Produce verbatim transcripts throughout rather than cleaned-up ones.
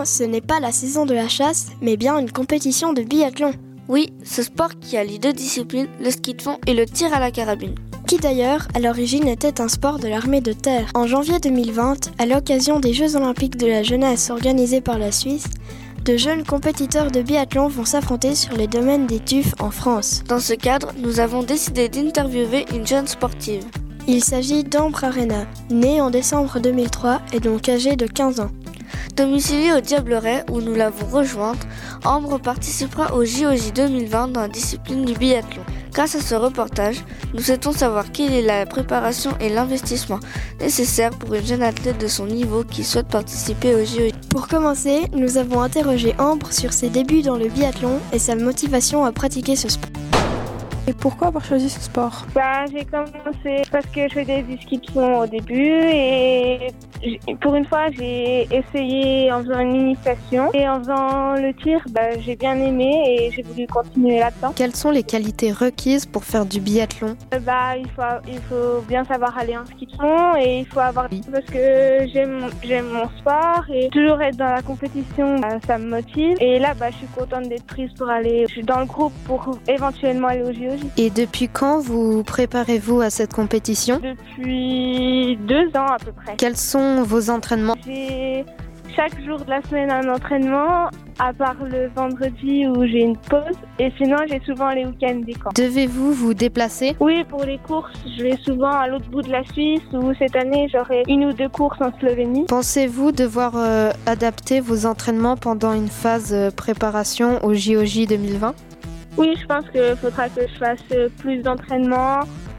ce n'est pas la saison de la chasse, mais bien une compétition de biathlon. Oui, ce sport qui allie deux disciplines, le ski de fond et le tir à la carabine. Qui d'ailleurs, à l'origine, était un sport de l'armée de terre. En janvier deux mille vingt, à l'occasion des Jeux Olympiques de la jeunesse organisés par la Suisse, de jeunes compétiteurs de biathlon vont s'affronter sur les domaines des Tuffes en France. Dans ce cadre, nous avons décidé d'interviewer une jeune sportive. Il s'agit d'Ambre Arena, née en décembre deux mille trois et donc âgée de quinze ans. Domiciliée au Diableret où nous l'avons rejointe, Ambre participera au J O J deux mille vingt dans la discipline du biathlon. Grâce à ce reportage, nous souhaitons savoir quelle est la préparation et l'investissement nécessaires pour une jeune athlète de son niveau qui souhaite participer au J O J. Pour commencer, nous avons interrogé Ambre sur ses débuts dans le biathlon et sa motivation à pratiquer ce sport. Et pourquoi avoir choisi ce sport ? Bah, j'ai commencé parce que je faisais du ski de fond au début et pour une fois j'ai essayé en faisant une initiation et en faisant le tir, bah, j'ai bien aimé et j'ai voulu continuer là-dedans. Quelles sont les qualités requises pour faire du biathlon ? Bah, il faut, il faut bien savoir aller en ski de fond et il faut avoir parce que j'aime, j'aime mon sport et toujours être dans la compétition, bah, ça me motive. Et là, bah, je suis contente d'être prise pour aller dans le groupe pour éventuellement aller au J O J. Et depuis quand vous préparez-vous à cette compétition ? Depuis deux ans à peu près. Quels sont vos entraînements ? J'ai chaque jour de la semaine un entraînement, à part le vendredi où j'ai une pause. Et sinon, j'ai souvent les week-ends des camps. Devez-vous vous déplacer ? Oui, pour les courses, je vais souvent à l'autre bout de la Suisse où cette année, j'aurai une ou deux courses en Slovénie. Pensez-vous devoir euh, adapter vos entraînements pendant une phase euh, préparation au J O J deux mille vingt ? Oui, je pense qu'il faudra que je fasse plus d'entraînement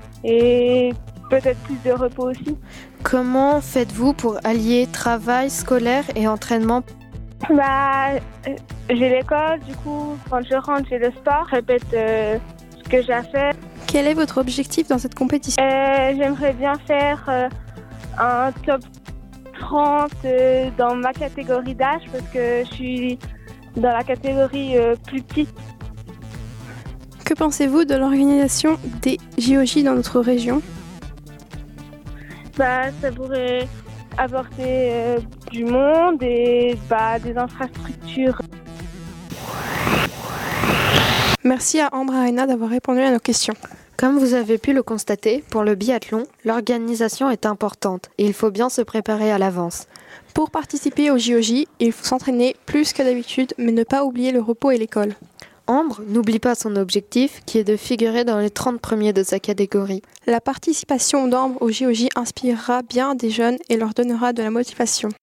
et peut-être plus de repos aussi. Comment faites-vous pour allier travail scolaire et entraînement ? Bah, j'ai l'école, du coup, quand je rentre, j'ai le sport, je répète euh, ce que j'ai à faire. Quel est votre objectif dans cette compétition ? euh, J'aimerais bien faire euh, un top trente euh, dans ma catégorie d'âge parce que je suis dans la catégorie euh, plus petite. Que pensez-vous de l'organisation des J O J dans notre région ? Bah, ça pourrait apporter euh, du monde et bah, des infrastructures. Merci à Ambre Arena d'avoir répondu à nos questions. Comme vous avez pu le constater, pour le biathlon, l'organisation est importante et il faut bien se préparer à l'avance. Pour participer au J O J, il faut s'entraîner plus que d'habitude, mais ne pas oublier le repos et l'école. Ambre n'oublie pas son objectif, qui est de figurer dans les trente premiers de sa catégorie. La participation d'Ambre au J O J inspirera bien des jeunes et leur donnera de la motivation.